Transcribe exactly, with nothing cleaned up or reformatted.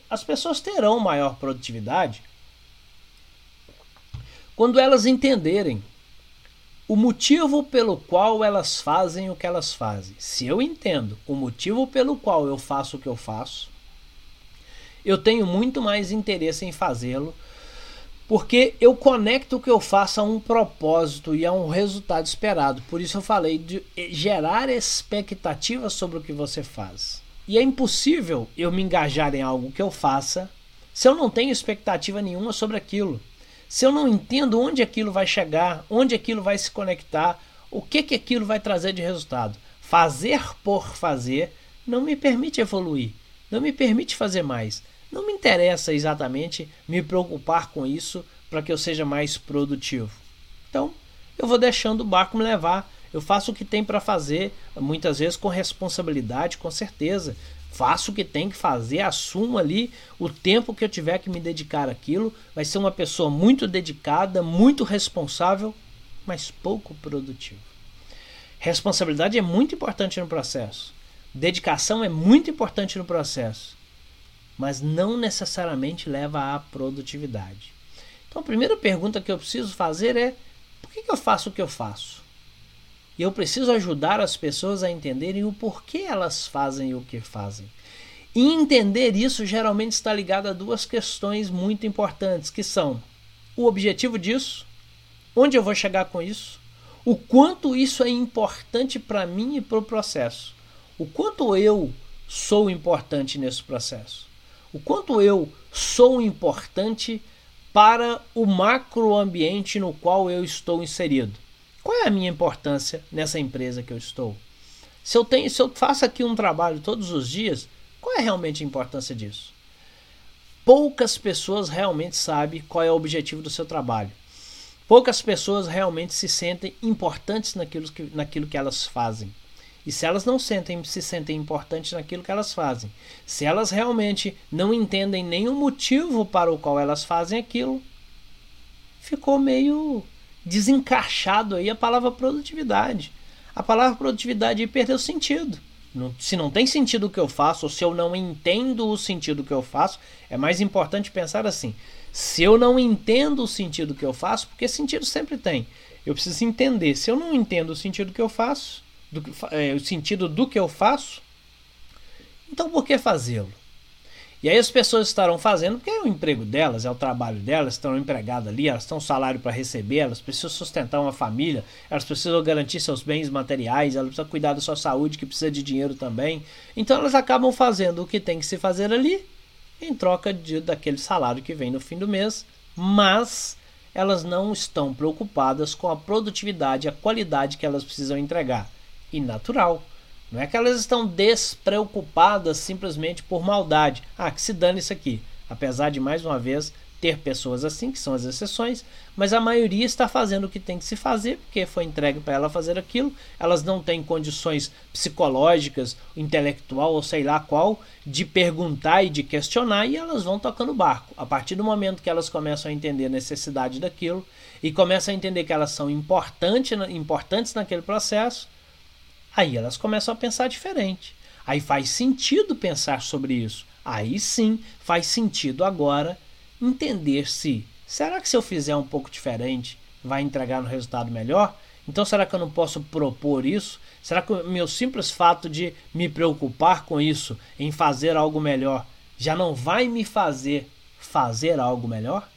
as pessoas terão maior produtividade quando elas entenderem o motivo pelo qual elas fazem o que elas fazem. Se eu entendo o motivo pelo qual eu faço o que eu faço, eu tenho muito mais interesse em fazê-lo, porque eu conecto o que eu faço a um propósito e a um resultado esperado. Por isso eu falei de gerar expectativas sobre o que você faz. E é impossível eu me engajar em algo que eu faça se eu não tenho expectativa nenhuma sobre aquilo. Se eu não entendo onde aquilo vai chegar, onde aquilo vai se conectar, o que, que aquilo vai trazer de resultado. Fazer por fazer não me permite evoluir, não me permite fazer mais. Não me interessa exatamente me preocupar com isso para que eu seja mais produtivo. Então, eu vou deixando o barco me levar. Eu faço o que tem para fazer, muitas vezes com responsabilidade, com certeza. Faço o que tem que fazer, assumo ali o tempo que eu tiver que me dedicar àquilo. Vai ser uma pessoa muito dedicada, muito responsável, mas pouco produtiva. Responsabilidade é muito importante no processo. Dedicação é muito importante no processo, mas não necessariamente leva à produtividade. Então a primeira pergunta que eu preciso fazer é: por que eu faço o que eu faço? E eu preciso ajudar as pessoas a entenderem o porquê elas fazem o que fazem. E entender isso geralmente está ligado a duas questões muito importantes, que são o objetivo disso, onde eu vou chegar com isso, o quanto isso é importante para mim e para o processo, o quanto eu sou importante nesse processo, o quanto eu sou importante para o macroambiente no qual eu estou inserido. Qual é a minha importância nessa empresa que eu estou? Se eu, tenho, se eu faço aqui um trabalho todos os dias, qual é realmente a importância disso? Poucas pessoas realmente sabem qual é o objetivo do seu trabalho. Poucas pessoas realmente se sentem importantes naquilo que, naquilo que elas fazem. E se elas não sentem, se sentem importantes naquilo que elas fazem, se elas realmente não entendem nenhum motivo para o qual elas fazem aquilo, ficou meio desencaixado aí a palavra produtividade. A palavra produtividade perdeu sentido. Se não tem sentido o que eu faço, ou se eu não entendo o sentido que eu faço, é mais importante pensar assim: se eu não entendo o sentido que eu faço, porque sentido sempre tem, eu preciso entender. Se eu não entendo o sentido que eu faço, do, é, o sentido do que eu faço, então por que fazê-lo? E aí as pessoas estarão fazendo porque é o emprego delas, é o trabalho delas, estão empregadas ali, elas têm um salário para receber, elas precisam sustentar uma família, elas precisam garantir seus bens materiais, elas precisam cuidar da sua saúde, que precisa de dinheiro também. Então elas acabam fazendo o que tem que se fazer ali, em troca de, daquele salário que vem no fim do mês, mas elas não estão preocupadas com a produtividade, a qualidade que elas precisam entregar. E natural. Não é que elas estão despreocupadas simplesmente por maldade. Ah, que se dane isso aqui. Apesar de, mais uma vez, ter pessoas assim, que são as exceções, mas a maioria está fazendo o que tem que se fazer, porque foi entregue para ela fazer aquilo. Elas não têm condições psicológicas, intelectual ou sei lá qual, de perguntar e de questionar, e elas vão tocando o barco. A partir do momento que elas começam a entender a necessidade daquilo e começam a entender que elas são importantes, importantes naquele processo, aí elas começam a pensar diferente. Aí faz sentido pensar sobre isso. Aí sim faz sentido agora entender se, será que se eu fizer um pouco diferente vai entregar um resultado melhor? Então será que eu não posso propor isso? Será que o meu simples fato de me preocupar com isso, em fazer algo melhor, já não vai me fazer fazer algo melhor?